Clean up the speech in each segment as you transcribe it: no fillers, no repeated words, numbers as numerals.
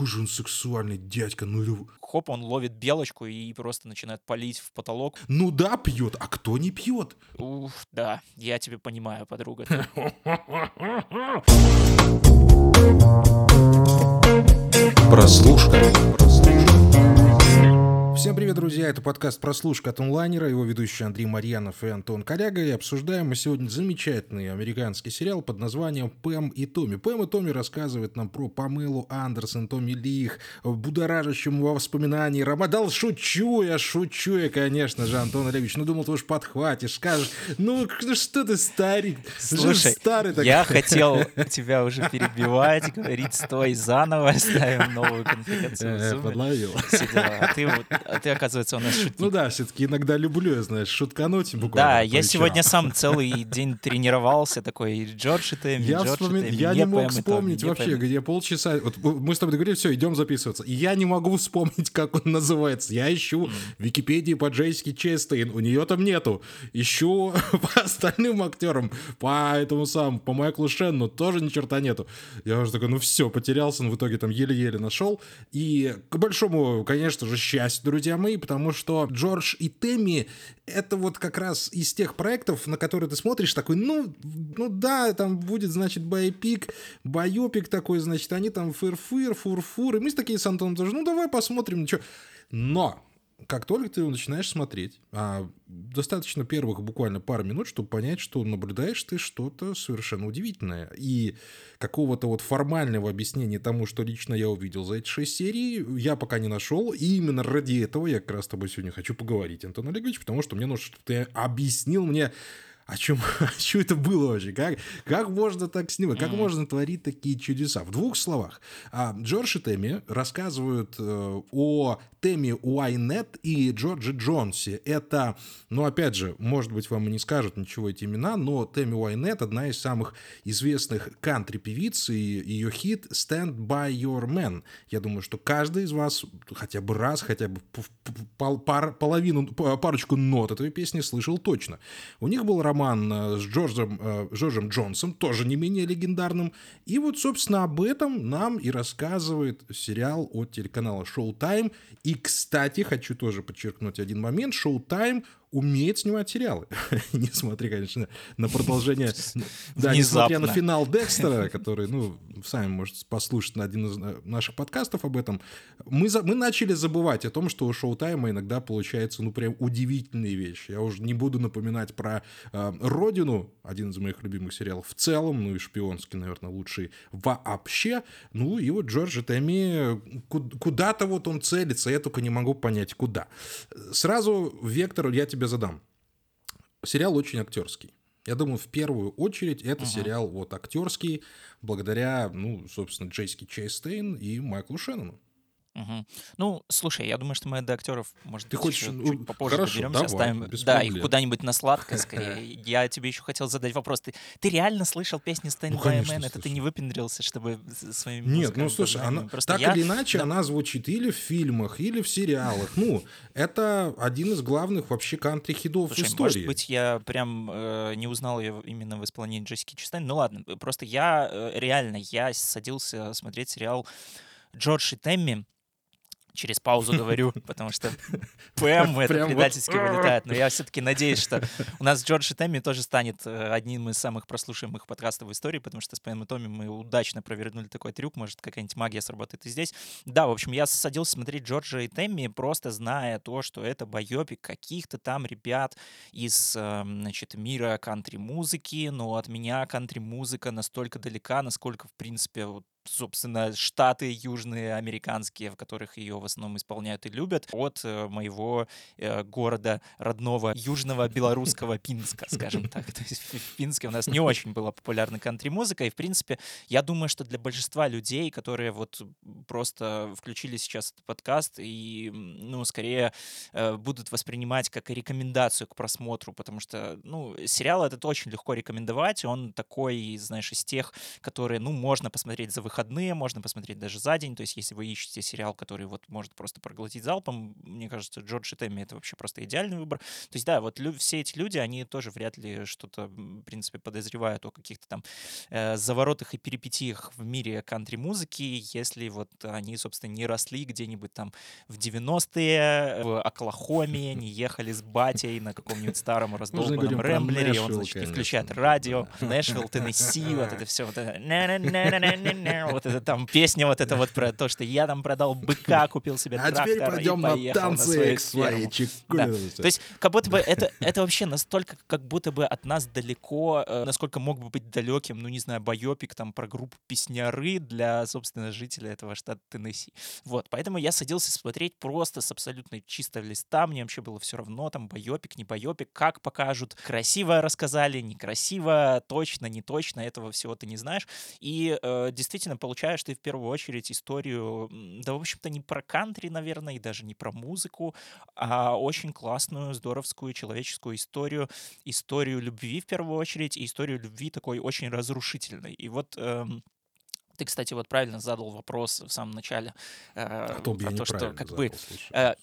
какой же он сексуальный дядька, ну... Хоп, он ловит белочку и просто начинает палить в потолок. Ну да, пьет, а кто не пьет? Уф, да, я тебя понимаю, подруга. Прослушка. Всем привет, друзья, это подкаст «Прослушка» от онлайнера, его ведущий Андрей Марьянов и Антон Коряга, и обсуждаем мы сегодня замечательный американский сериал под названием «Пэм и Томми». Пэм и Томми рассказывает нам про Памелу Андерсон, Томми Ли, их будоражащим во воспоминании Рамадал. Шучу я, конечно же, Антон Олегович, ну думал, ты уж подхватишь, скажешь, ну что ты, старик, слушай, старый такой. Я хотел тебя уже перебивать, говорить, стой, заново ставим новую конфигурацию. Подловил. А ты, оказывается, у нас шутник. Ну да, все-таки иногда люблю, я, знаешь, шуткануть буквально. Да, я сегодня сам целый день тренировался, такой Джордж и Тэмми, Я не мог вспомнить вообще, где полчаса... Вот мы с тобой договорились, все, идем записываться. И я не могу вспомнить, как он называется. Я ищу в Википедии по Джессике Честейн, у нее там нету. Ищу по остальным актерам, по этому самому, по Майклу Шеннону, тоже ни черта нету. Я уже такой, ну все, потерялся, но в итоге там еле-еле нашел. И к большому, конечно же, счастью, друзья мои, потому что Джордж и Тэмми — это вот как раз из тех проектов, на которые ты смотришь, такой, ну да, там будет, значит, байопик такой, значит, они там фур-фур, и мы такие с Антоном тоже, ну давай посмотрим, ну что. Но как только ты его начинаешь смотреть, достаточно первых буквально пару минут, чтобы понять, что наблюдаешь ты что-то совершенно удивительное. И какого-то вот формального объяснения тому, что лично я увидел за эти 6 серий, я пока не нашел. И именно ради этого я как раз с тобой сегодня хочу поговорить, Антон Олегович, потому что мне нужно, чтобы ты объяснил мне, что это было вообще? Как можно так снимать? Как можно творить такие чудеса? В двух словах. Джордж и Тэмми рассказывают о Тэмми Уайнетт и Джорджи Джонсе. Это, ну, опять же, может быть, вам и не скажут ничего эти имена, но Тэмми Уайнетт — одна из самых известных кантри-певиц, и ее хит «Stand by Your Man». Я думаю, что каждый из вас хотя бы раз, хотя бы парочку нот этой песни слышал точно. У них был роман с Джорджем Джонсом, тоже не менее легендарным. И вот, собственно, об этом нам и рассказывает сериал от телеканала Showtime. И, кстати, хочу тоже подчеркнуть один момент. Showtime умеет снимать сериалы. Несмотря, конечно, на продолжение... Да, несмотря на финал Декстера, который, ну, сами можете послушать на один из наших подкастов об этом, мы начали забывать о том, что у Шоутайма иногда получается, ну, прям удивительные вещи. Я уже не буду напоминать про «Родину», один из моих любимых сериалов в целом, ну и шпионский, наверное, лучший вообще. Ну и вот Джордж и Тэмми, куда-то вот он целится, я только не могу понять, куда. Сразу вектор я тебе задам. Сериал очень актерский. Я думаю, в первую очередь это сериал вот актерский, благодаря, ну, собственно, Джессике Честейн и Майклу Шеннону. Ну, слушай, я думаю, что мы до актеров, может быть, хочешь, чуть попозже хорошо, доберемся, давай, оставим, без да, проблем. их куда-нибудь на сладкое скорее. Я тебе еще хотел задать вопрос. Ты реально слышал песню «Stand by a Man»? Это ты не выпендрился, чтобы своими Нет, ну слушай, она, так или иначе, она звучит или в фильмах, или в сериалах. Ну, это один из главных вообще кантри-хитов в истории. Может быть, я прям не узнал ее именно в исполнении Джессики Честейн. Ну ладно, просто я садился смотреть сериал «Джордж и Тэмми». Через паузу говорю, потому что Пэм это предательски вылетает. Но я все-таки надеюсь, что у нас Джордж и Тэмми тоже станет одним из самых прослушиваемых подкастов в истории, потому что с Пэм и Томми мы удачно провернули такой трюк. Может, какая-нибудь магия сработает и здесь. Да, в общем, я садился смотреть Джорджа и Тэмми, просто зная то, что это байопик каких-то там ребят из, значит, мира кантри-музыки, но от меня кантри-музыка настолько далека, насколько, в принципе, вот, собственно, штаты южные американские, в которых ее в основном исполняют и любят, от моего города родного, южного белорусского Пинска, скажем так. То есть в Пинске у нас не очень была популярна кантри-музыка, и, в принципе, я думаю, что для большинства людей, которые вот просто включили сейчас этот подкаст и, ну, скорее будут воспринимать как рекомендацию к просмотру, потому что, ну, сериал этот очень легко рекомендовать, он такой, знаешь, из тех, которые, ну, можно посмотреть за выходные, выходные, можно посмотреть даже за день. То есть если вы ищете сериал, который вот может просто проглотить залпом, мне кажется, Джордж и Тэмми — это вообще просто идеальный выбор. То есть да, вот все эти люди, они тоже вряд ли что-то, в принципе, подозревают о каких-то там заворотах и перипетиях в мире кантри-музыки, если вот они, собственно, не росли где-нибудь там в 90-е в Оклахоме, не ехали с батей на каком-нибудь старом раздолбанном Рэмблере, он, значит, не включает радио, Нэшвилл, Теннесси, вот это все, вот это вот это там песня вот это вот про то, что я там продал быка, купил себе трактор и поехал на свою ферму. Да. То есть как будто бы это вообще настолько как будто бы от нас далеко, насколько мог бы быть далеким, ну не знаю, байопик там про группу песняры для, собственно, жителя этого штата Теннесси. Вот, поэтому я садился смотреть просто с абсолютно чистого листа, мне вообще было все равно, там байопик, не байопик, как покажут, красиво рассказали, некрасиво, точно, не точно, этого всего ты не знаешь. И действительно получаешь ты в первую очередь историю, да, в общем-то, не про кантри, наверное, и даже не про музыку, а очень классную, здоровскую, человеческую историю любви в первую очередь, и историю любви такой очень разрушительной. И вот ты, кстати, вот правильно задал вопрос в самом начале А то бы я про то, что неправильно как задал, бы слушай.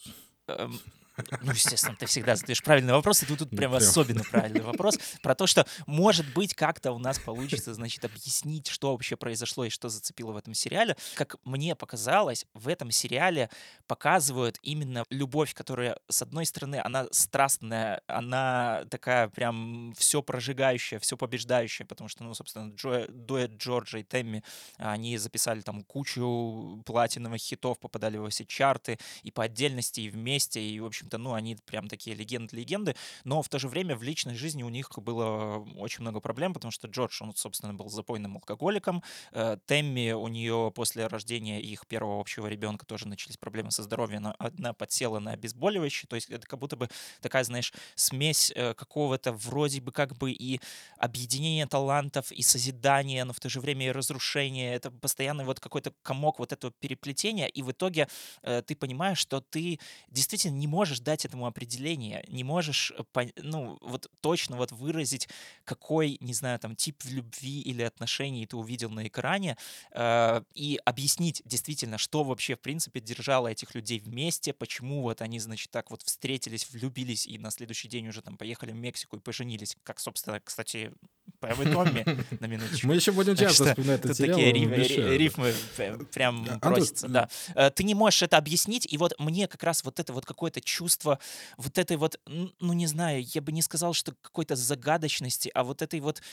ну, естественно, ты всегда задаешь правильный вопрос, и тут прям особенно правильный вопрос про то, что, может быть, как-то у нас получится, значит, объяснить, что вообще произошло и что зацепило в этом сериале. Как мне показалось, в этом сериале показывают именно любовь, которая, с одной стороны, она страстная, она такая прям все прожигающая, все побеждающая, потому что, ну, собственно, дуэт Джорджа и Тэмми, они записали там кучу платиновых хитов, попадали во все чарты и по отдельности, и вместе, и, в общем-то, ну, они прям такие легенды, но в то же время в личной жизни у них было очень много проблем, потому что Джордж, он, собственно, был запойным алкоголиком, Тэмми, у нее после рождения их первого общего ребенка тоже начались проблемы со здоровьем, она подсела на обезболивающие, то есть это как будто бы такая, знаешь, смесь какого-то вроде бы как бы и объединения талантов, и созидания, но в то же время и разрушения, это постоянный вот какой-то комок вот этого переплетения, и в итоге ты понимаешь, что ты действительно не можешь дать этому определение, не можешь, ну, вот точно вот выразить, какой, не знаю, там, тип любви или отношений ты увидел на экране, и объяснить действительно, что вообще, в принципе, держало этих людей вместе, почему вот они, значит, так вот встретились, влюбились и на следующий день уже там поехали в Мексику и поженились, как, собственно, кстати, Пэм и Томми, на минуточку. Мы еще будем часто вспоминать этот сериал. Такие рифмы прям просятся, да. Ты не можешь это объяснить, и вот мне как раз вот это вот какое-то чувство вот этой вот, ну, не знаю, я бы не сказал, что какой-то загадочности, а вот этой вот...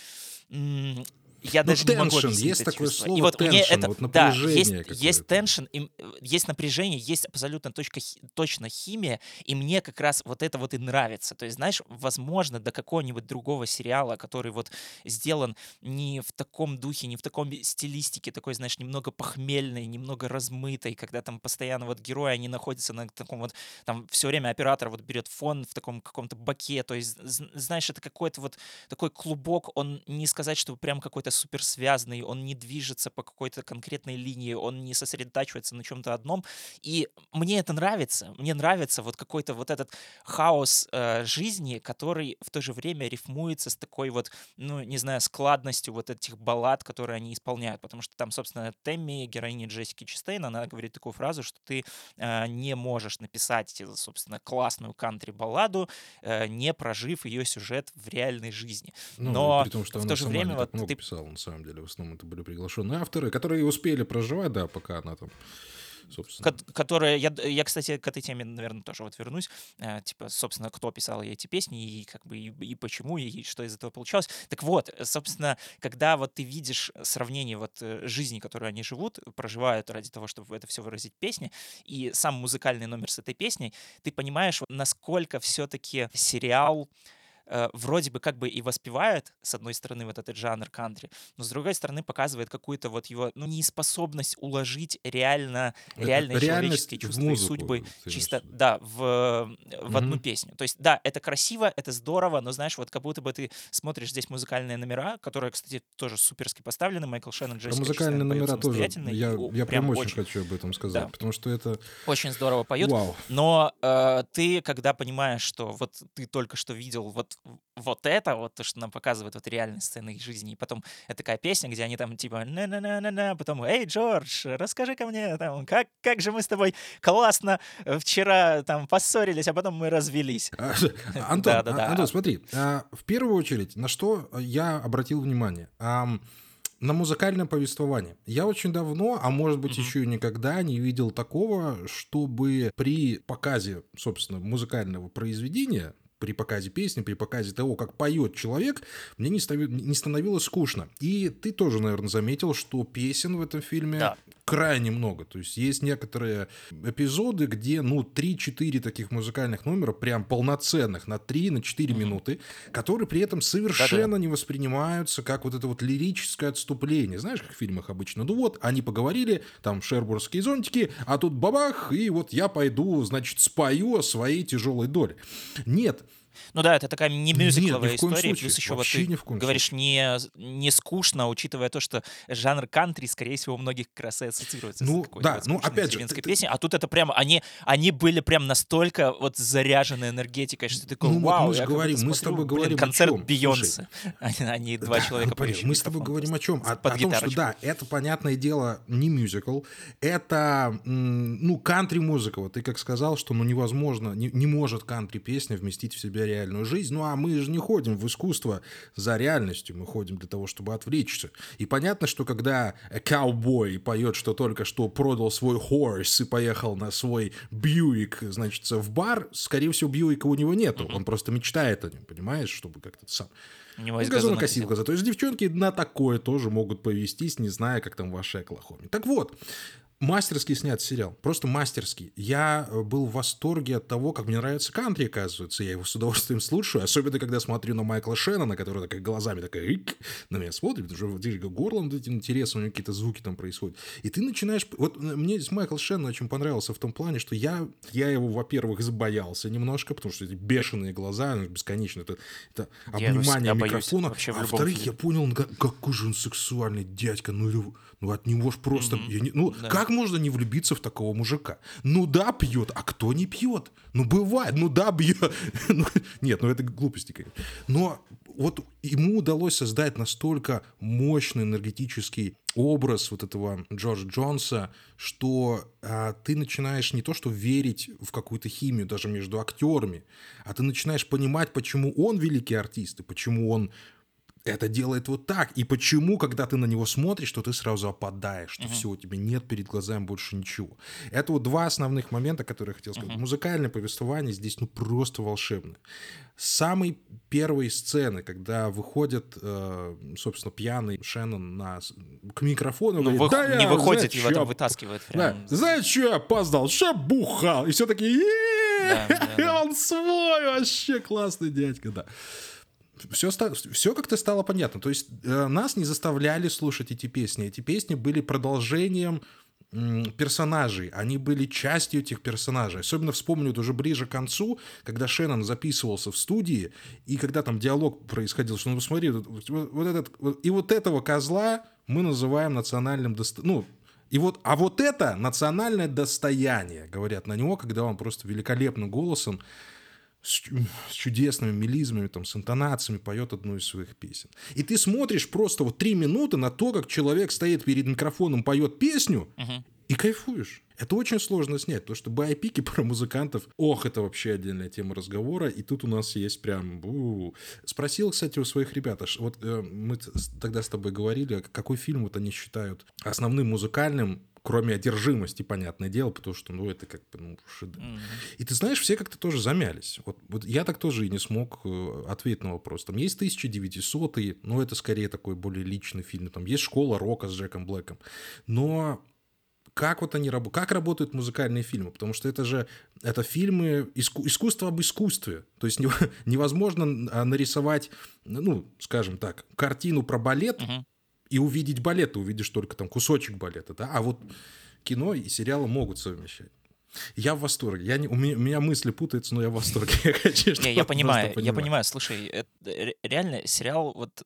Я даже не могу объяснить есть это такое чувство. слово И вот мне tension, это, вот да, напряжение есть tension, есть напряжение, есть абсолютно точно химия, и мне как раз вот это вот и нравится. То есть, знаешь, возможно, до какого-нибудь другого сериала, который вот сделан не в таком духе, не в таком стилистике, такой, знаешь, немного похмельной, немного размытой, когда там постоянно вот герои, они находятся на таком вот, там все время оператор вот берет фон в таком каком-то баке, то есть, знаешь, это какой-то вот такой клубок, он не сказать, что прям какой-то супер связанный, он не движется по какой-то конкретной линии, он не сосредотачивается на чем-то одном. И мне это нравится. Мне нравится вот какой-то вот этот хаос жизни, который в то же время рифмуется с такой вот, ну, не знаю, складностью вот этих баллад, которые они исполняют. Потому что там, собственно, Тэмми, героиня Джессики Честейн, она говорит такую фразу, что ты не можешь написать, собственно, классную кантри-балладу, не прожив ее сюжет в реальной жизни. Ну, но при том, что в она то же сама время не вот так много ты... писала, на самом деле. В основном это были приглашенные авторы, которые успели проживать, да, пока она там, собственно... Которые... Я, кстати, к этой теме, наверное, тоже вот вернусь. Типа, собственно, кто писал эти песни, и как бы и почему, и что из этого получалось. Так вот, собственно, когда вот ты видишь сравнение вот жизни, которую они живут, проживают ради того, чтобы это все выразить в песне, и сам музыкальный номер с этой песней, ты понимаешь, насколько все-таки сериал вроде бы как бы и воспевает, с одной стороны, вот этот жанр кантри, но с другой стороны показывает какую-то вот его, ну, неспособность уложить реальные человеческие чувства и судьбы чисто, да, в одну песню. То есть, да, это красиво, это здорово, но, знаешь, вот как будто бы ты смотришь здесь музыкальные номера, которые, кстати, тоже суперски поставлены, Майкл Шеннон, Джессика музыкальные номера тоже, самостоятельно. я прям очень хочу об этом сказать, да, потому что это... Очень здорово поют, Вау. но ты, когда понимаешь, что вот ты только что видел вот вот это, вот то, что нам показывают вот реальные сцены их жизни. И потом это такая песня, где они там типа на-на-на-на-на, потом «Эй, Джордж, расскажи-ка мне, там, как же мы с тобой классно вчера там поссорились, а потом мы развелись». Антон, Да-да-да. смотри, в первую очередь, на что я обратил внимание? На музыкальное повествование. Я очень давно, а может быть еще и никогда не видел такого, чтобы при показе, собственно, музыкального произведения, при показе песни, при показе того, как поет человек, мне не становилось скучно. И ты тоже, наверное, заметил, что песен в этом фильме крайне много. То есть есть некоторые эпизоды, где, 3-4 таких музыкальных номера, прям полноценных, на 3-4 минуты, которые при этом совершенно не воспринимаются как вот это вот лирическое отступление. Знаешь, как в фильмах обычно? Ну вот, они поговорили, там, шербургские зонтики, а тут бабах, и вот я пойду, значит, спою о своей тяжелой доле. Нет. Ну да, это такая не мюзикловая история, случае. плюс еще Вообще вот ты говоришь не скучно, учитывая то, что жанр кантри, скорее всего, у многих как раз и ассоциируется с какой-то вот скучной опять деревенской песней, а тут это прямо, они были прям настолько вот заряжены энергетикой, что ты такой, вау, я мы с тобой говорим концерт о чем? Бейонсе, они два человека поют. Мы с тобой говорим о чем? О том, что да, это, понятное дело, не мюзикл, это, кантри-музыка. Вот ты как сказал, что невозможно, не может кантри-песня вместить в себя реальную жизнь. Ну, а мы же не ходим в искусство за реальностью, мы ходим для того, чтобы отвлечься. И понятно, что когда каубой поет, что только что продал свой хорс и поехал на свой Бьюик, значит, в бар, скорее всего, Бьюика у него нету. Он просто мечтает о нем, понимаешь, чтобы как-то сам... газонокосилка. То есть девчонки на такое тоже могут повестись, не зная, как там ваши Оклахоме. Так вот, мастерски снят сериал, просто мастерский. Я был в восторге от того, как мне нравится кантри, оказывается. Я его с удовольствием слушаю, особенно когда смотрю на Майкла Шеннона, который такая глазами на меня смотрит, уже горлом этим интересом, у него какие-то звуки там происходят. И ты начинаешь... Вот мне Майкл Шеннон очень понравился в том плане, что я его, во-первых, забоялся немножко, потому что эти бешеные глаза, бесконечно, это обнимание микрофона. А во-вторых, я понял, какой же он сексуальный дядька, от него ж просто... Как можно не влюбиться в такого мужика? Ну да, пьет, а кто не пьет? Ну бывает, бьет. Нет, это глупости, конечно. Но вот ему удалось создать настолько мощный энергетический образ вот этого Джорджа Джонса, что ты начинаешь не то что верить в какую-то химию даже между актерами, а ты начинаешь понимать, почему он великий артист и почему он это делает вот так. И почему, когда ты на него смотришь, что ты сразу опадаешь, что все, у тебя нет перед глазами больше ничего. Это вот два основных момента, которые я хотел сказать. Музыкальное повествование здесь просто волшебное. С самой первой сцены, когда выходит, собственно, пьяный Шеннон к микрофону, говорит, не выходит, его там вытаскивает. Знаешь, что я опоздал? Ша бухал. И все такие, он свой вообще классный дядька, да. Все как-то стало понятно. То есть нас не заставляли слушать эти песни. Эти песни были продолжением персонажей. Они были частью этих персонажей. Особенно вспомню уже ближе к концу, когда Шеннон записывался в студии, и когда там диалог происходил, что, посмотри, вот этого козла мы называем национальным достоянием. А вот это национальное достояние, говорят на него, когда он просто великолепным голосом с чудесными мелизмами, с интонациями поет одну из своих песен. И ты смотришь просто 3 минуты на то, как человек стоит перед микрофоном, поет песню, и кайфуешь. Это очень сложно снять, потому что байопики про музыкантов, это вообще отдельная тема разговора, и тут у нас есть прям... Спросил, кстати, у своих ребят, мы тогда с тобой говорили, какой фильм они считают основным музыкальным, кроме «Одержимости», понятное дело, потому что, это как бы, шедевр. И ты знаешь, все как-то тоже замялись. Вот я так тоже и не смог ответить на вопрос. Там есть 1900-й, но это скорее такой более личный фильм. Там есть «Школа рока» с Джеком Блэком. Но как как работают музыкальные фильмы? Потому что это фильмы искусство об искусстве. То есть невозможно нарисовать, скажем так, картину про балет, и увидеть балет, ты увидишь только там кусочек балета, да? А вот кино и сериалы могут совмещать. Я в восторге. У меня мысли путаются, но я в восторге. Я понимаю. Слушай, реально сериал, вот,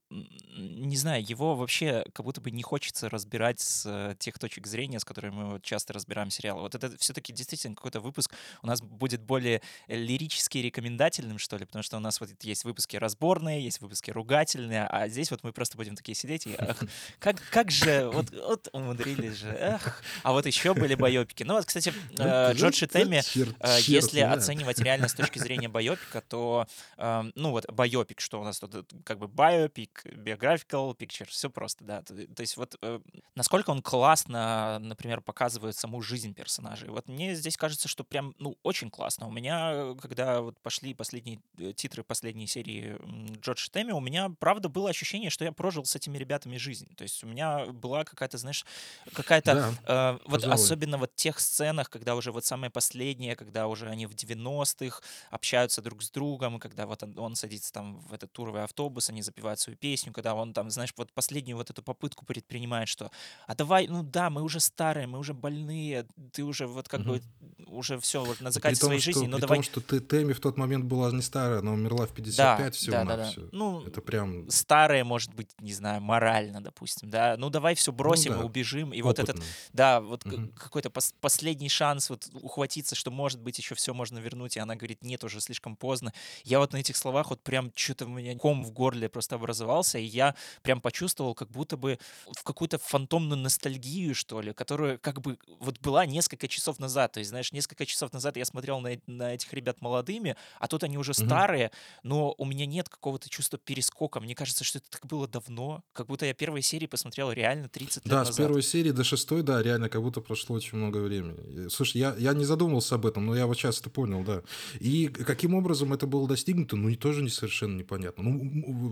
не знаю, его вообще как будто бы не хочется разбирать с тех точек зрения, с которыми мы вот часто разбираем сериалы. Вот это все-таки действительно какой-то выпуск у нас будет более лирически рекомендательным, что ли, потому что у нас вот есть выпуски разборные, есть выпуски ругательные, а здесь вот мы просто будем такие сидеть и, ах, как же, вот умудрились же, эх. А вот еще были байопики. Ну вот, кстати, Джордж и Тэмми, если оценивать реально с точки зрения байопика, то, ну вот, байопик, что у нас тут, как бы байопик, biographical picture, все просто, да. То есть вот насколько он классно, например, показывает саму жизнь персонажей. Вот мне здесь кажется, что прям, ну, очень классно. У меня, когда вот пошли последние титры последней серии Джордж и Тэмми, у меня, правда, было ощущение, что я прожил с этими ребятами жизнь. То есть у меня была какая-то, знаешь, какая-то, Да, вот пожалуй. особенно вот тех сценах, когда уже вот самое последнее, когда уже они в 90-х общаются друг с другом, когда вот он садится там в этот туровый автобус, они запевают свою песню, когда он там, знаешь, вот последнюю вот эту попытку предпринимает, что «а давай, ну да, мы уже старые, мы уже больные, ты уже вот как бы уже все вот на Но при закате том, своей жизни, но при давай». том, что Тэмми в тот момент была не старая, она умерла в Да, 55 да, да, да. всего-навсего. Ну, Это прям, старые, может быть, не знаю, морально, допустим, да. Ну, давай все ну бросим и да, убежим. И вот этот, опытная. да, вот Мгм. какой-то последний шанс вот ухватиться, что, может быть, еще все можно вернуть. И она говорит, нет, уже слишком поздно. Я вот на этих словах вот прям что-то у меня ком в горле просто образовался, и я прям почувствовал, как будто бы в какую-то фантомную ностальгию, что ли, которая как бы вот была несколько часов назад. То есть, знаешь, несколько часов назад я смотрел на этих ребят молодыми, а тут они уже Мгм. старые, но у меня нет какого-то чувства перескока. Мне кажется, что это так было давно, как будто я первые серии посмотрел реально 30 лет Да, с назад. первой серии до шестой, да, реально, как будто прошло очень много времени. Слушай, я не задумывался об этом, но я вот сейчас это понял, да. И каким образом это было достигнуто, ну, и тоже не совершенно непонятно. Ну,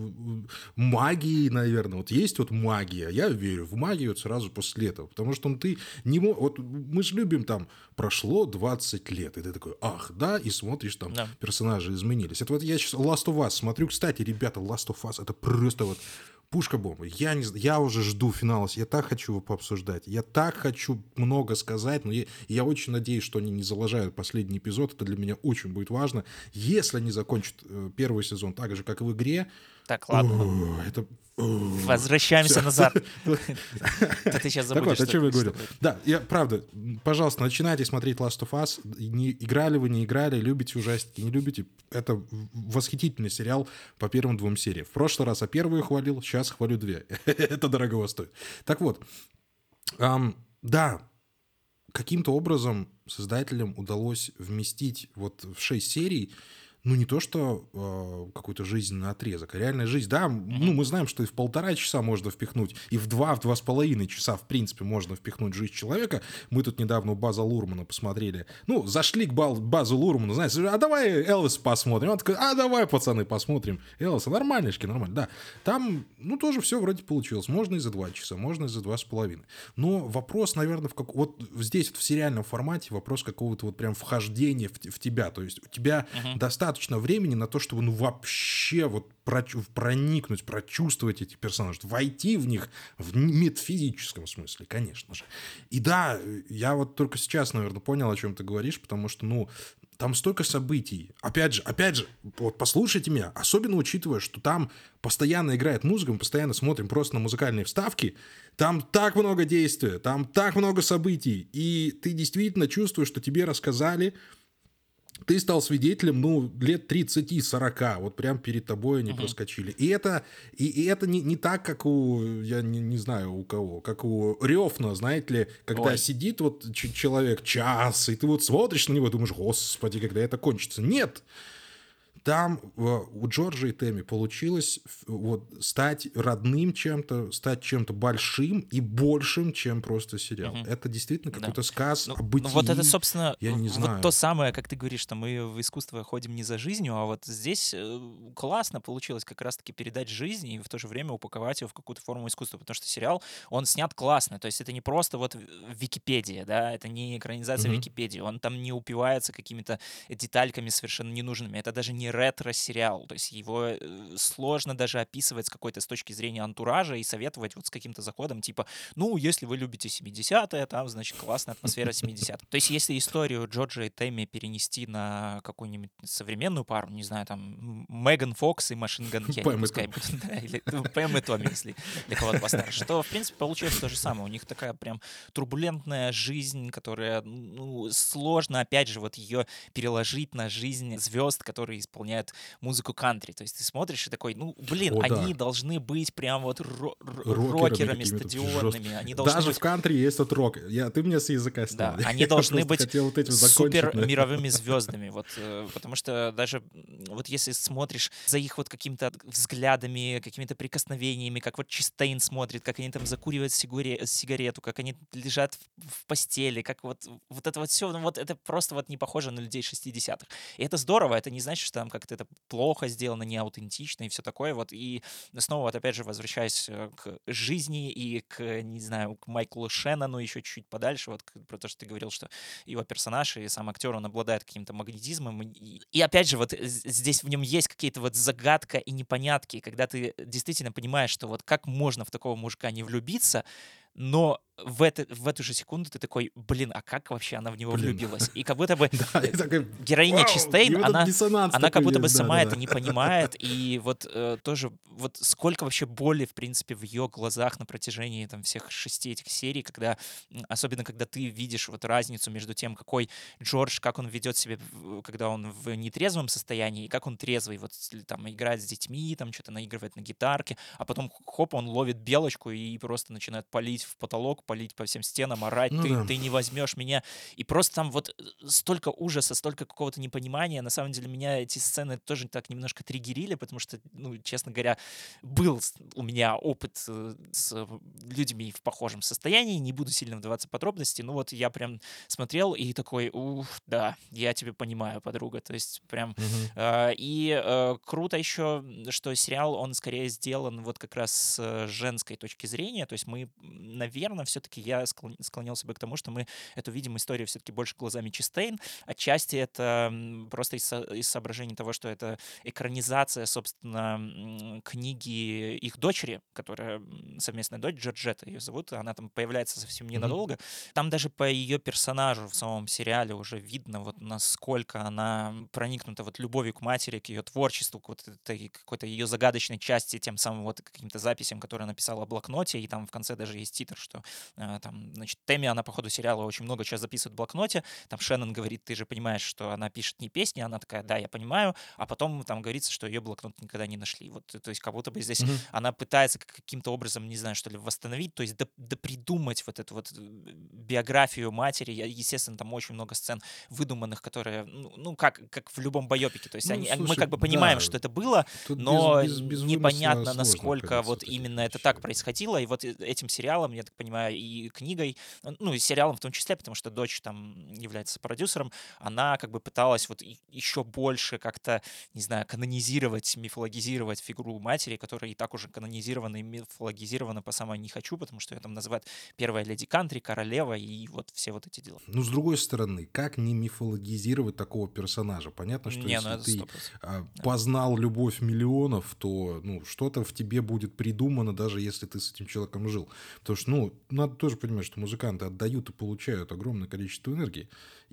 магии, наверное, вот есть вот магия, я верю в магию вот сразу после этого, потому что, ну, ты не вот мы же любим там, прошло 20 лет, и ты такой, ах, да, и смотришь там, Да. персонажи изменились. Это вот я сейчас Last of Us смотрю, кстати, ребята, Last of Us, это просто вот пушка-бомба. Я уже жду финала. Я так хочу его пообсуждать. Я так хочу много сказать. Но я очень надеюсь, что они не залажают последний эпизод. Это для меня очень будет важно. Если они закончат первый сезон так же, как и в игре, Так, ладно, это... возвращаемся Все. назад. Да ты сейчас Так забудешь, вот, о чем я что говорю. будет. Да, правда, пожалуйста, начинайте смотреть Last of Us. Играли вы, не играли, любите ужастики, не любите. Это восхитительный сериал по первым 2 сериям. В прошлый раз первую хвалил, сейчас хвалю 2. Это дорого стоит. Так вот, да, каким-то образом создателям удалось вместить вот в 6 серий, ну, не то что какой-то жизненный отрезок, а реальная жизнь. Да, ну, мы знаем, что и в 1,5 часа можно впихнуть, и в 2,5 часа, в принципе, можно впихнуть жизнь человека. Мы тут недавно у База Лурмана посмотрели. Ну, зашли к Базу Лурману, знаешь, а давай Элвис посмотрим. Он такой, а давай, пацаны, посмотрим. Элвиса, нормальнички, нормально, да. Там, ну, тоже все вроде получилось. Можно и за 2 часа, можно и за 2,5. Но вопрос, наверное, вот здесь, вот в сериальном формате, вопрос какого-то вот прям вхождения в тебя. То есть у тебя достаточно времени на то, чтобы ну вообще вот проникнуть, прочувствовать эти персонажи, войти в них в метафизическом смысле, конечно же. И да, я вот только сейчас, наверное, понял, о чем ты говоришь, потому что, ну, там столько событий. Опять же, вот послушайте меня, особенно учитывая, что там постоянно играет музыка, мы постоянно смотрим просто на музыкальные вставки, там так много действия, там так много событий, и ты действительно чувствуешь, что тебе рассказали, ты стал свидетелем, ну, лет 30-40, вот прям перед тобой они проскочили. И это не так, как у, я не знаю у кого, как у Рёфна, знаете ли, когда сидит вот человек час, и ты вот смотришь на него и думаешь, господи, когда это кончится. Нет! Там у Джорджа и Тэмми получилось вот стать родным чем-то, стать чем-то большим и большим, чем просто сериал. Это действительно какой-то сказ о бытии. Ну вот это, собственно, я не вот знаю. то самое, как ты говоришь, что мы в искусство ходим не за жизнью, а вот здесь классно получилось как раз-таки передать жизнь и в то же время упаковать его в какую-то форму искусства, потому что сериал, он снят классно, то есть это не просто вот Википедия, да, это не экранизация Википедии, он там не упивается какими-то детальками совершенно ненужными, это даже не ретро-сериал. То есть его сложно даже описывать с точки зрения антуража и советовать вот с каким-то заходом, типа, ну, если вы любите 70-е, там, значит, классная атмосфера 70-х. То есть если историю Джорджа и Тэмми перенести на какую-нибудь современную пару, не знаю, там, Меган Фокс и Машин Ган Келли, пускай будет, да, или Пэм и Томми, если для кого-то постарше, то, в принципе, получается то же самое. У них такая прям турбулентная жизнь, которая, ну, сложно, опять же, вот ее переложить на жизнь звезд, которые исполняют музыку кантри. То есть ты смотришь и такой, ну, блин, они должны быть прям вот рокерами стадионными. Они должны Даже быть... в кантри есть тот рок. Ты мне с языка снял. Да, они должны быть супер закончить, мировыми звездами. Вот, потому что даже вот если смотришь за их вот какими-то взглядами, какими-то прикосновениями, как вот Честейн смотрит, как они там закуривают сигарету, как они лежат в постели, как вот это вот все, ну, вот это просто вот не похоже на людей 60-х. И это здорово, это не значит, что там как-то это плохо сделано, не аутентично и все такое. Вот. И снова вот опять же возвращаясь к жизни и к, не знаю, к Майклу Шеннону еще чуть-чуть подальше, вот про то, что ты говорил, что его персонаж и сам актер, он обладает каким-то магнетизмом. И опять же, вот здесь в нем есть какие-то вот загадка и непонятки, когда ты действительно понимаешь, что вот как можно в такого мужика не влюбиться, но в эту же секунду ты такой, блин, а как вообще она в него влюбилась? И как будто бы героиня Честейн, она как будто бы сама это не понимает, и вот тоже, вот сколько вообще боли, в принципе, в ее глазах на протяжении там всех 6 этих серий, когда, особенно когда ты видишь вот разницу между тем, какой Джордж, как он ведет себя, когда он в нетрезвом состоянии, и как он трезвый, вот там играет с детьми, там что-то наигрывает на гитарке, а потом хоп, он ловит белочку и просто начинает палить в потолок, палить по всем стенам, орать, ты не возьмешь меня. И просто там вот столько ужаса, столько какого-то непонимания. На самом деле меня эти сцены тоже так немножко триггерили, потому что, ну, честно говоря, был у меня опыт с людьми в похожем состоянии. Не буду сильно вдаваться в подробности, но вот я прям смотрел и такой, да, я тебя понимаю, подруга. То есть прям... круто еще, что сериал, он скорее сделан вот как раз с женской точки зрения. То есть мы, наверное, все-таки я склонился бы к тому, что мы эту видим историю все-таки больше глазами Честейн. Отчасти это просто из соображений того, что это экранизация, собственно, книги их дочери, которая совместная дочь, Джорджетта ее зовут, она там появляется совсем ненадолго. Там даже по ее персонажу в самом сериале уже видно, вот насколько она проникнута вот любовью к матери, к ее творчеству, к вот этой какой-то ее загадочной части, тем самым вот каким-то записям, которые она написала в блокноте, и там в конце даже есть титр, что там, значит, Тэмми, она по ходу сериала очень много сейчас записывает в блокноте, там Шеннон говорит, ты же понимаешь, что она пишет не песни, она такая, да, я понимаю, а потом там говорится, что ее блокнот никогда не нашли. Вот, то есть как будто бы здесь она пытается каким-то образом, не знаю, что ли, восстановить, то есть допридумать вот эту вот биографию матери. Естественно, там очень много сцен выдуманных, которые, ну как в любом байопике, то есть слушай, мы как бы понимаем, что это было, но непонятно, насколько вот именно это так происходило, и вот этим сериалом, я так понимаю, и книгой, ну и сериалом в том числе, потому что дочь там является продюсером, она как бы пыталась вот еще больше как-то, не знаю, канонизировать, мифологизировать фигуру матери, которая и так уже канонизирована и мифологизирована по самой не хочу, потому что ее там называют первая леди кантри, королева и вот все вот эти дела. Ну, с другой стороны, как не мифологизировать такого персонажа? Понятно, что если ты познал любовь миллионов, то что-то в тебе будет придумано, даже если ты с этим человеком жил. Потому что, надо тоже понимать, что музыканты отдают и получают огромное количество энергии.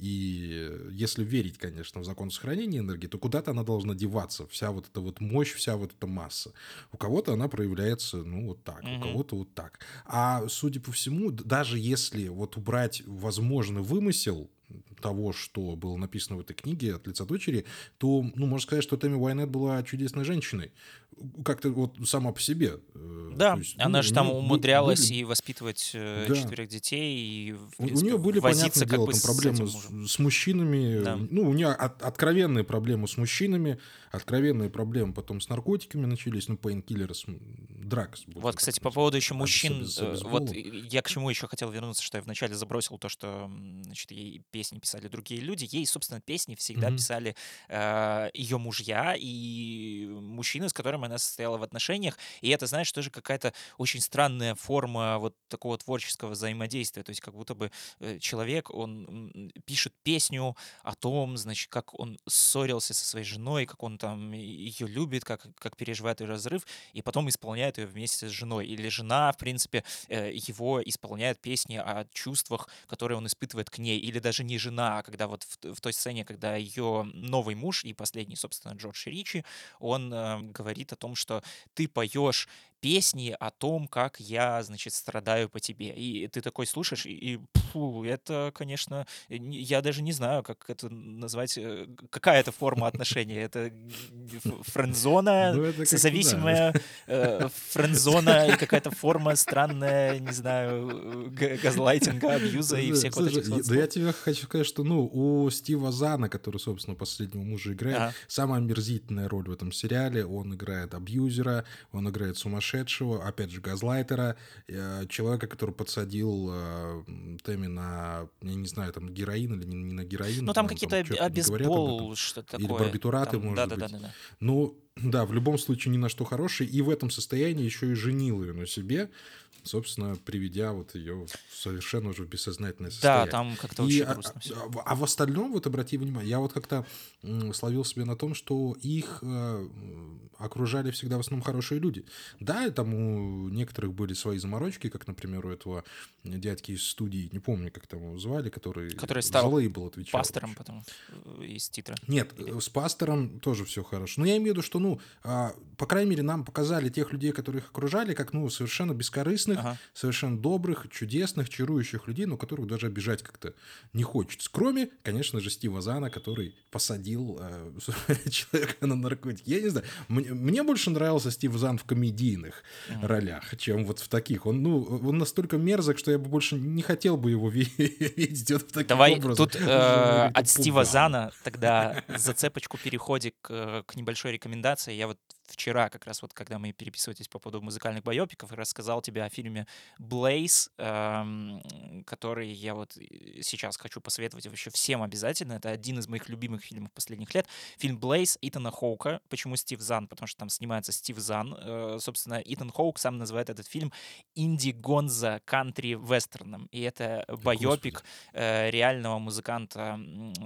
И если верить, конечно, в закон сохранения энергии, то куда-то она должна деваться. Вся вот эта вот мощь, вся вот эта масса. У кого-то она проявляется, вот так, у кого-то вот так. А судя по всему, даже если вот убрать возможный вымысел того, что было написано в этой книге от лица дочери, то, можно сказать, что Тэмми Уайнетт была чудесной женщиной. Как-то вот сама по себе. Да, есть, она же там умудрялась и воспитывать 4 детей, и, в принципе, у нее были, понятное дело, там проблемы с мужчинами. Да. У нее откровенные проблемы с мужчинами, откровенные проблемы потом с наркотиками начались, пейнкиллеры, драк. Вот, кстати, по поводу еще мужчин, вот я к чему еще хотел вернуться, что я вначале забросил то, что, значит, ей песни писали другие люди. Ей, собственно, песни всегда писали ее мужья и мужчины, с которыми она состояла в отношениях. И это, знаешь, тоже какая-то очень странная форма вот такого творческого взаимодействия. То есть как будто бы человек, он пишет песню о том, значит, как он ссорился со своей женой, как он там ее любит, как переживает ее разрыв, и потом исполняет ее вместе с женой. Или жена, в принципе, его исполняет песни о чувствах, которые он испытывает к ней. Или даже не жена, а когда вот в той сцене, когда ее новый муж и последний, собственно, Джордж Ричи, он говорит о том, что ты поешь песни о том, как я, значит, страдаю по тебе. И ты такой слушаешь, и фу, это, конечно, я даже не знаю, как это назвать, какая это форма отношений. Это френдзона, Ну, это как-то да. созависимая френдзона и какая-то форма странная, не знаю, газлайтинга, абьюза и всех вот Слушай, этих вот да я слов. тебе хочу сказать, что, ну, у Стива Зана, который, собственно, последнего мужа играет, Ага. самая омерзительная роль в этом сериале. Он играет абьюзера, он играет сумасшедшего, опять же, газлайтера, человека, который подсадил Тэмми на, я не знаю, там, героин или не на героин, Ну, там по-моему, какие-то чётко не говорят об этом. обезбол, что-то Или такое. барбитураты, Там, может быть. да-да-да. Ну, да, в любом случае ни на что хороший. И в этом состоянии еще и женил ее на себе, собственно, приведя вот ее совершенно уже в бессознательное Да, состояние. там как-то И, вообще грустно все. а в остальном, вот обрати внимание, я вот как-то словил себя на том, что их окружали всегда в основном хорошие люди. Да, там у некоторых были свои заморочки, как, например, у этого дядьки из студии, не помню, как там его звали, который за стал лейбл отвечал. пастором потом из титра. Нет, с пастором тоже все хорошо. Но я имею в виду, что, ну, по крайней мере, нам показали тех людей, которые их окружали, как, ну, совершенно бескорыстных, Ага. совершенно добрых, чудесных, чарующих людей, но которых даже обижать как-то не хочется. Кроме, конечно же, Стива Зана, который посадил человека на наркотики. Я не знаю, мне больше нравился Стив Зан в комедийных ролях, чем вот в таких. Он настолько мерзок, что я бы больше не хотел бы его видеть вот в таких Давай образах. тут Как-то от Стива пугало. Зана тогда зацепочку переходе к небольшой рекомендации. Я вот вчера как раз вот, когда мы переписывались по поводу музыкальных байопиков, рассказал тебе о фильме «Блейз», который я вот сейчас хочу посоветовать вообще всем обязательно. Это один из моих любимых фильмов последних лет. Фильм «Блейз» Итана Хоука. Почему Стив Зан? Потому что там снимается Стив Зан. Собственно, Итан Хоук сам называет этот фильм инди-гонзо кантри-вестерном. И это байопик реального музыканта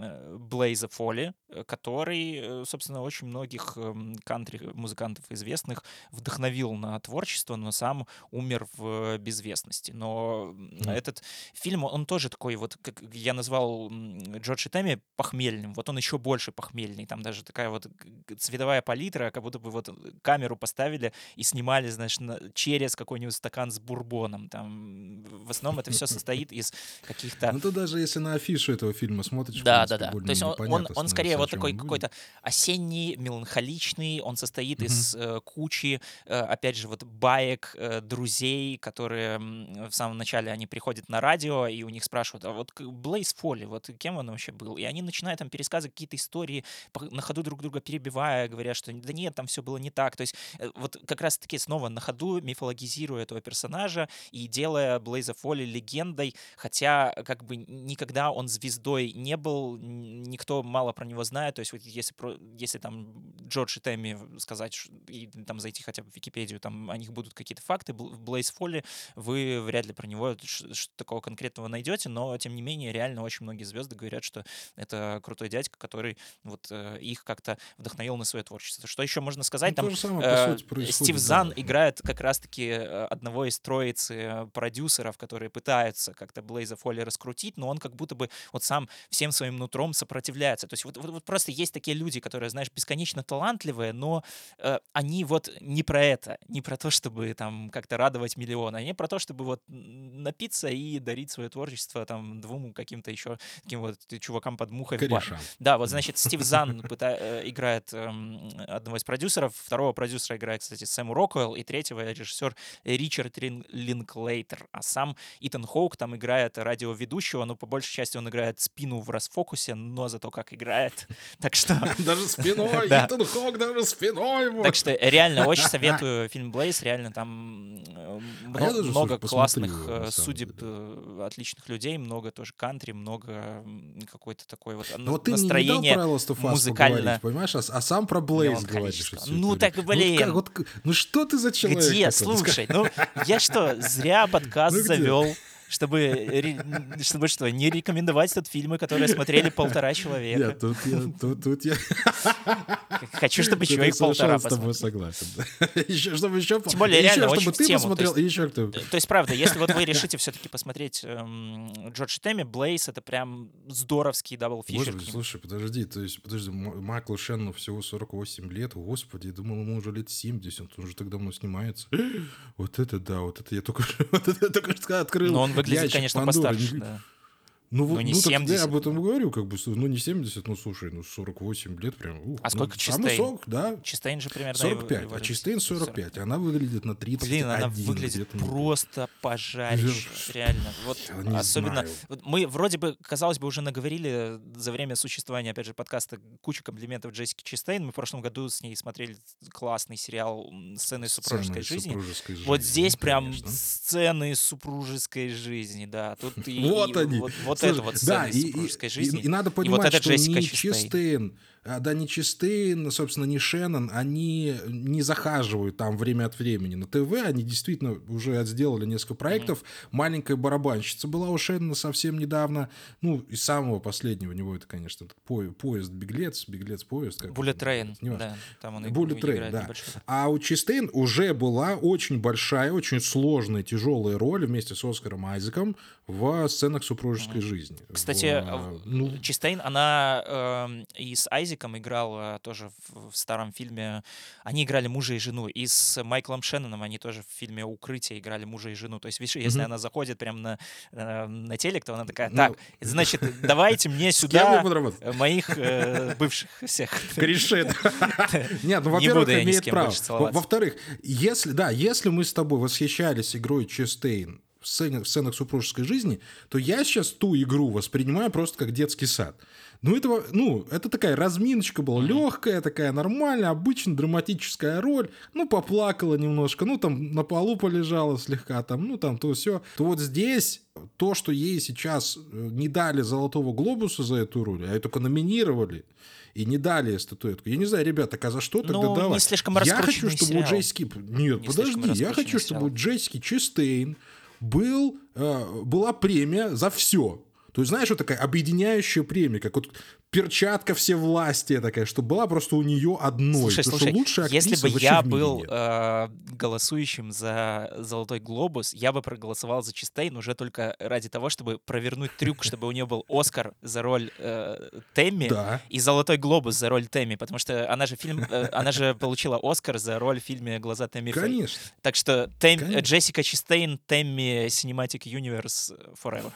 Блейза Фолли, который, собственно, очень многих кантри-музыкантов известных вдохновил на творчество, но сам умер в безвестности. Но этот фильм, он тоже такой, вот, как я назвал Джордж и Тэмми похмельным, вот он еще больше похмельный. Там даже такая вот цветовая палитра, как будто бы вот камеру поставили и снимали, знаешь, через какой-нибудь стакан с бурбоном. Там в основном это все состоит из каких-то... Ну, ты даже если на афишу этого фильма смотришь, Да. в принципе, То есть более-менее понятно. он скорее вот о чем такой он будет. какой-то осенний, меланхоличный, он состоит из кучи, опять же, вот баек друзей, которые в самом начале они приходят на радио, и у них спрашивают, а вот Блейз Фолли, вот кем он вообще был? И они начинают там пересказывать какие-то истории, на ходу друг друга перебивая, говоря, что да нет, там все было не так. То есть вот как раз-таки снова на ходу мифологизируя этого персонажа и делая Блейза Фолли легендой, хотя как бы никогда он звездой не был, никто мало про него знает. То есть вот если там Джордж и Тэмми сказать и там зайти хотя бы в Википедию, там о них будут какие-то факты, Блейз Фолли, вы вряд ли про него что такого конкретного найдете, но тем не менее реально очень многие звезды говорят, что это крутой дядька, который вот их как-то вдохновил на свое творчество. Что еще можно сказать? Ну, Там то же самое, по сути, Стив происходит, Зан да. играет как раз-таки одного из троицы продюсеров, которые пытаются как-то Блейза Фолли раскрутить, но он как будто бы вот сам всем своим нутром сопротивляется. То есть вот просто есть такие люди, которые, знаешь, бесконечно талантливые, но они вот не про это, не про то, чтобы там как-то радовать миллионы, они про то, чтобы вот напиться и дарить свое творчество там двум каким-то еще таким вот чувакам под мухой в баре. Корешам. Да, вот, значит, Стив Зан играет одного из продюсеров, второго продюсера играет, кстати, Сэм Роквелл, и третьего режиссер Ричард Линклейтер. А сам Итан Хоук там играет радиоведущего, но по большей части он играет спину в расфокусе, но говно за то, как играет. Так что... Даже спиной, Итан Хок даже спиной. Так что реально очень советую фильм «Блейз». Реально там много классных судеб, отличных людей, много тоже кантри, много какой-то такой вот настроение музыкально. Понимаешь, а сам про «Блейз» говоришь. Ну так, блин. Ну что ты за человек? Где? Слушай, ну я что, зря подкаст завел, чтобы что, не рекомендовать тут фильмы, которые смотрели 1,5 человека. Нет, тут я... Хочу, чтобы еще их 1,5 посмотрели. с тобой согласен. Чтобы еще... Тем более, реально, очень в тему. Посмотрел, и еще кто. То есть, правда, если вот вы решите все-таки посмотреть Джордж Тэмми, «Блейз» — это прям здоровский даблфишер. Господи, слушай, подожди, Майклу Шеннону всего 48 лет, господи, я думал, ему уже лет 70, он же так давно снимается. Вот это да, вот это я только что открыл. Но он выглядит, конечно, постарше, да. Ну, не так 70. я об этом говорю, как бы, ну, не 70, ну, слушай, 48 лет прям. А сколько Честейн? Да. Честейн же примерно... 45, а Честейн 45, она выглядит на 31. Блин, она выглядит просто пожарище, реально. Вот особенно... Мы вроде бы, казалось бы, уже наговорили за время существования, опять же, подкаста кучу комплиментов Джессики Честейн. Мы в прошлом году с ней смотрели классный сериал «Сцены из супружеской жизни». Вот здесь прям сцены из супружеской жизни, да. Тут вот они. Вот это вот сцена из супружеской жизни. И надо понимать, что ни Честейн, не Честейн, собственно, не Шеннон, они не захаживают там время от времени на ТВ, они действительно уже сделали несколько проектов. «Маленькая барабанщица» была у Шеннона совсем недавно, ну, из самого последнего у него это, конечно, поезд «Беглец», «Поезд». «Bullet Train», да, там он «Bullet Train», да. А у Честейн уже была очень большая, очень сложная, тяжелая роль вместе с Оскаром Айзеком в «Сценах супружеской жизни». Кстати, Честейн, она и с Айзеком играла тоже в старом фильме. Они играли мужа и жену. И с Майклом Шенноном они тоже в фильме «Укрытие» играли мужа и жену. То есть, видишь, если она заходит прям на телек, то она такая: так, значит, давайте мне сюда моих бывших всех. Корешей. Нет, ну, во-первых, имеет право. Во-вторых, если мы с тобой восхищались игрой Честейн в сценах супружеской жизни, то я сейчас ту игру воспринимаю просто как детский сад. Это такая разминочка была, легкая, такая нормальная, обычная драматическая роль. Ну, поплакала немножко, ну, там на полу полежала слегка, там, ну, там, то все. То вот здесь то, что ей сейчас не дали «Золотого глобуса» за эту роль, а ее только номинировали, и не дали статуэтку. Я не знаю, ребята, а за что тогда давать? Не слишком я хочу, чтобы у Джессики... Нет, подожди, я хочу, чтобы у Джессики Честейн была премия за все. То есть, знаешь, вот такая объединяющая премия, как вот перчатка всевластия такая, чтобы была просто у нее одной. Слушай, лучшая актриса если бы я был нет. голосующим за «Золотой глобус», я бы проголосовал за Честейн уже только ради того, чтобы провернуть трюк, чтобы у нее был Оскар за роль Тэмми и «Золотой глобус» за роль Тэмми, потому что она же получила Оскар за роль в фильме «Глаза Тэмми Фэй». Конечно. Так что Джессика Честейн, Тэмми Cinematic Universe Forever.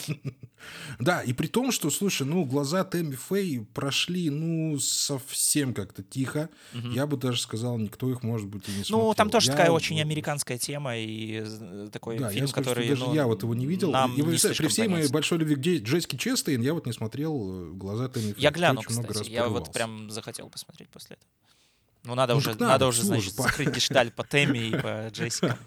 Да, и при том, что, слушай, «Глаза Тэмми Фэй» прошли, совсем как-то тихо. Я бы даже сказал, никто их, может быть, и не смотрел. Там тоже такая очень американская тема, и такой фильм, который... даже я вот его не видел. И при всей моей большой любви к Джессики Честейн я вот не смотрел «Глаза Тэмми Фэй». Я гляну, кстати. Я вот прям захотел посмотреть после этого. Надо уже, значит, закрыть гештальт по Тэмми и по Джессике.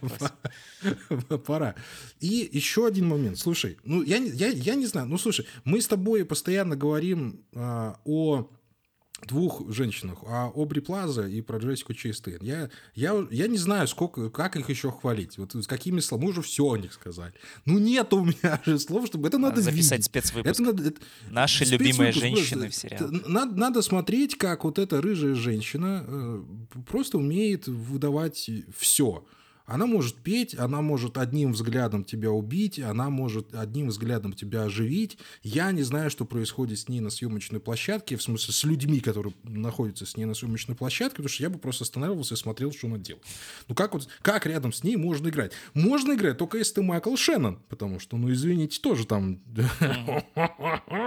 Пора. И еще один момент. Слушай, я не знаю. Слушай, мы с тобой постоянно говорим о двух женщинах, о Обри Плаза и про Джессику Честейн. Я не знаю, как их еще хвалить. Вот с какими словами. Мы уже все о них сказали. Нет у меня же слов, чтобы это надо записать видеть. Спецвыпуск. Наши любимые женщины в сериале. Надо смотреть, как вот эта рыжая женщина просто умеет выдавать все. Она может петь, она может одним взглядом тебя убить, она может одним взглядом тебя оживить. Я не знаю, что происходит с ней на съемочной площадке, в смысле с людьми, которые находятся с ней на съемочной площадке, потому что я бы просто останавливался и смотрел, что она делает. Как рядом с ней можно играть? Можно играть только если ты Майкл Шеннон, потому что, извините, тоже там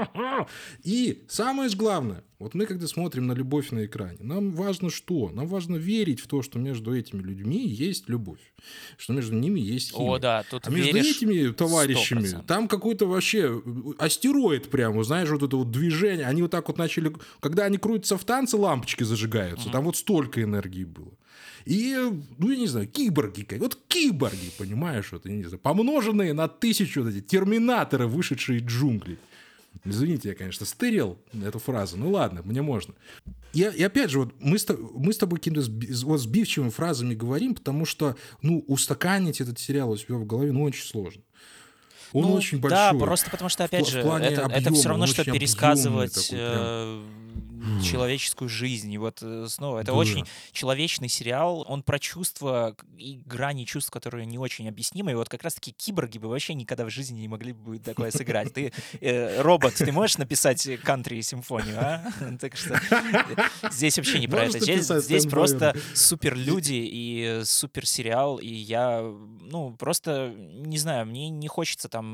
И самое же главное, вот мы когда смотрим на любовь на экране, нам важно что? Нам важно верить в то, что между этими людьми есть любовь, что между ними есть химия. О, да, тут а между этими товарищами 100%. там какой-то вообще астероид прям, знаешь, вот это вот движение. Они вот так вот начали, когда они крутятся в танце, лампочки зажигаются, там вот столько энергии было. И, ну, я не знаю, киборги, вот киборги, понимаешь, вот, я не знаю, помноженные на 1000 вот эти терминаторы, вышедшие из джунглей. Извините, я, конечно, стырил эту фразу. Ну ладно, мне можно. И опять же, вот мы с тобой какими-то сбивчивыми фразами говорим, потому что, ну, устаканить этот сериал у себя в голове, ну, очень сложно. Он очень большой. Да, просто потому что, опять же, это все равно, что пересказывать человеческую жизнь. И вот снова, это очень человечный сериал, он про чувства и грани чувств, которые не очень объяснимы. И вот как раз-таки киборги бы вообще никогда в жизни не могли бы такое сыграть. Ты, робот, ты можешь написать кантри-симфонию, а? Так что здесь вообще не про это. Здесь просто суперлюди и суперсериал, и я, ну, просто, не знаю, мне не хочется там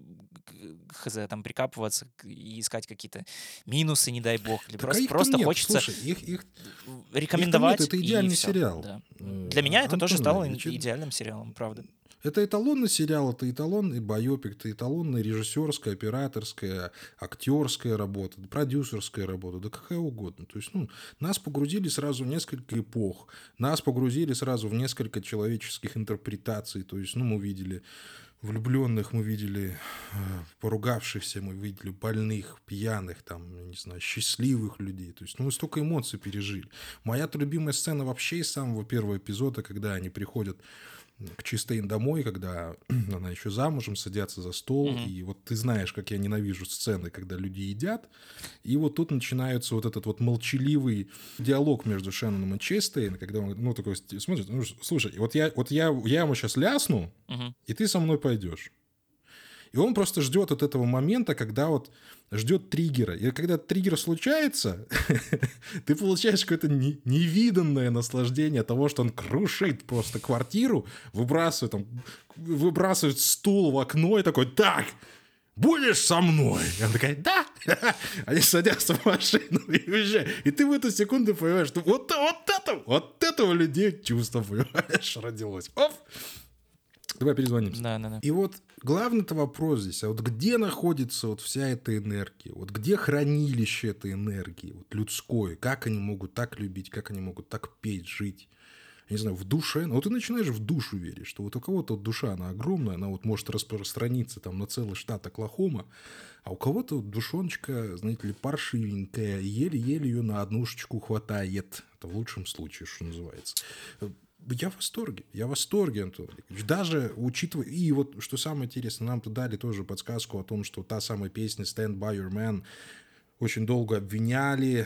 там прикапываться и искать какие-то минусы, не дай бог. Или просто нет. хочется Слушай, рекомендовать. Это идеальный сериал. Да. Для меня это тоже стало идеальным сериалом, правда. Это эталонный сериал, это эталонный байопик, это эталонная режиссерская, операторская, актерская работа, продюсерская работа, да какая угодно. То есть, ну, нас погрузили сразу в несколько эпох, нас погрузили сразу в несколько человеческих интерпретаций. То есть, ну, мы видели влюбленных, мы видели поругавшихся, мы видели больных, пьяных, там, я не знаю, счастливых людей. То есть, ну, мы столько эмоций пережили. Моя-то любимая сцена вообще из самого первого эпизода, когда они приходят к Честейн домой, когда она еще замужем, садятся за стол, и вот ты знаешь, как я ненавижу сцены, когда люди едят, и вот тут начинается вот этот вот молчаливый диалог между Шенноном и Честейн, когда он, ну, такой смотрит, ну, слушай, вот я ему сейчас лясну, и ты со мной пойдешь. И он просто ждет от этого момента, когда вот ждет триггера. И когда триггер случается, ты получаешь какое-то невиданное наслаждение того, что он крушит просто квартиру, выбрасывает стул в окно и такой: так, будешь со мной? И она такая: да. Они садятся в машину и уезжают. И ты в эту секунду понимаешь, что вот этого людей чувство, понимаешь, родилось. Оп! Давай перезвонимся. Да. И вот главный-то вопрос здесь, а вот где находится вот вся эта энергия? Вот где хранилище этой энергии, вот людской? Как они могут так любить, как они могут так петь, жить? Я не знаю, в душе. Ну, вот ты начинаешь в душу верить, что вот у кого-то вот душа, она огромная, она вот может распространиться там на целый штат Оклахома, а у кого-то вот душоночка, знаете ли, паршивенькая, еле-еле ее на однушечку хватает. Это в лучшем случае, что называется. Я в восторге, Антон Олегович. Даже учитывая... И вот, что самое интересное, нам-то дали тоже подсказку о том, что та самая песня «Stand by your man» очень долго обвиняли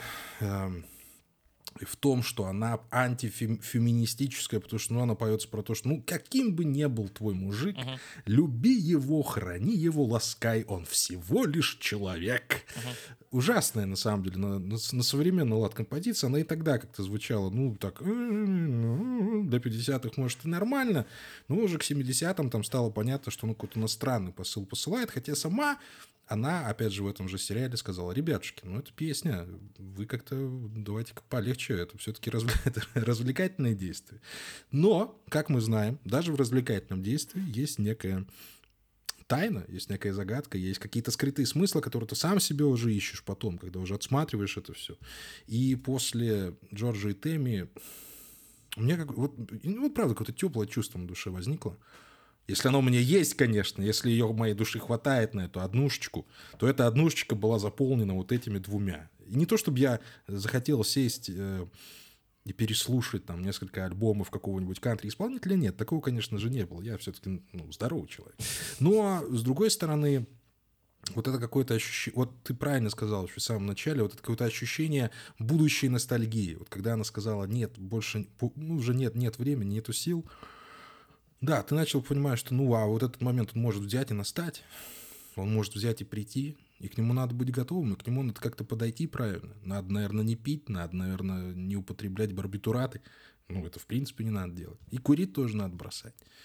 в том, что она антифеминистическая, потому что, ну, она поется про то, что, ну, каким бы ни был твой мужик, люби его, храни его, ласкай, он всего лишь человек. Ужасная, на самом деле, на современный лад композиция, она и тогда как-то звучала, ну, так, до 50-х, может, и нормально, но уже к 70-м там стало понятно, что, ну, какой-то иностранный посыл посылает, хотя сама она, опять же, в этом же сериале сказала: ребятушки, ну, это песня, вы как-то давайте-ка полегче, это все-таки развлекательное действие. Но, как мы знаем, даже в развлекательном действии есть некая тайна, есть некая загадка, есть какие-то скрытые смыслы, которые ты сам себе уже ищешь потом, когда уже отсматриваешь это все. И после Джорджа и Тэмми у меня вот правда какое-то теплое чувство на душе возникло. Если оно у меня есть, конечно, если ее в моей душе хватает на эту однушечку, то эта однушечка была заполнена вот этими двумя. И не то, чтобы я захотел сесть и переслушать там несколько альбомов какого-нибудь кантри-исполнителя, нет, такого, конечно же, не было. Я все-таки, ну, здоровый человек. Но, с другой стороны, вот это какое-то ощущение... Вот ты правильно сказал еще в самом начале, вот это какое-то ощущение будущей ностальгии. Вот когда она сказала: нет, больше, ну, уже нет времени, нету сил... Да, ты начал понимать, что, ну, а вот этот момент он может взять и настать, он может взять и прийти, и к нему надо быть готовым, и к нему надо как-то подойти правильно. Надо, наверное, не пить, надо, наверное, не употреблять барбитураты. Ну, это, в принципе, не надо делать. И курить тоже надо бросать.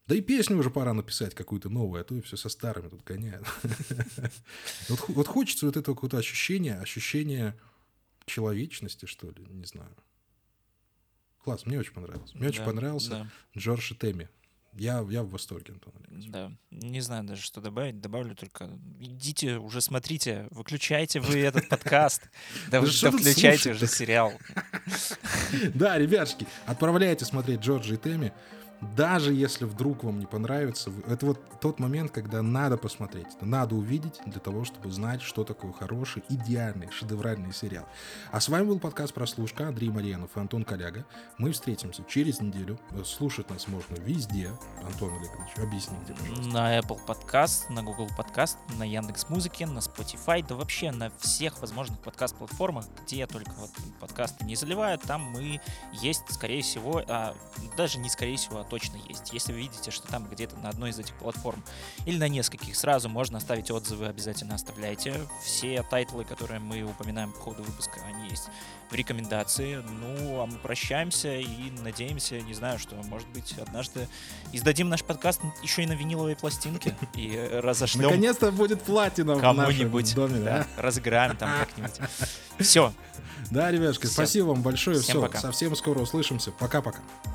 Да и песню уже пора написать какую-то новую, а то и все со старыми тут гоняют. Вот хочется вот этого какого-то ощущения человечности, что ли, не знаю. Класс, мне очень понравилось. Мне очень понравился Джордж и Тэмми. Я в восторге, Антон Олегович. Да, не знаю даже, что добавить. Добавлю только, идите уже смотрите, выключайте вы этот подкаст, да включайте уже сериал. Да, ребятушки, отправляйте смотреть Джорджа и Тэмми. Даже если вдруг вам не понравится, это вот тот момент, когда надо посмотреть, это надо увидеть для того, чтобы знать, что такое хороший, идеальный, шедевральный сериал. А с вами был подкаст «Прослушка», Андрей Марьянов и Антон Коляга. Мы встретимся через неделю. Слушать нас можно везде. Антон Олегович, объясни, где, пожалуйста. На Apple Podcast, на Google Podcast, на Яндекс.Музыке, на Spotify, да вообще на всех возможных подкаст-платформах, где только вот подкасты не заливают, там мы есть, скорее всего, даже не скорее всего, а точно есть. Если вы видите, что там где-то на одной из этих платформ или на нескольких сразу можно оставить отзывы, обязательно оставляйте. Все тайтлы, которые мы упоминаем по ходу выпуска, они есть в рекомендации. Ну, а мы прощаемся и надеемся, не знаю, что, может быть, однажды издадим наш подкаст еще и на виниловой пластинке и разошлем. Наконец-то будет платина в нашем доме, да? Разыграем там как-нибудь. Все. Да, ребятушки, спасибо вам большое. Всем Все, пока. совсем скоро услышимся. Пока-пока.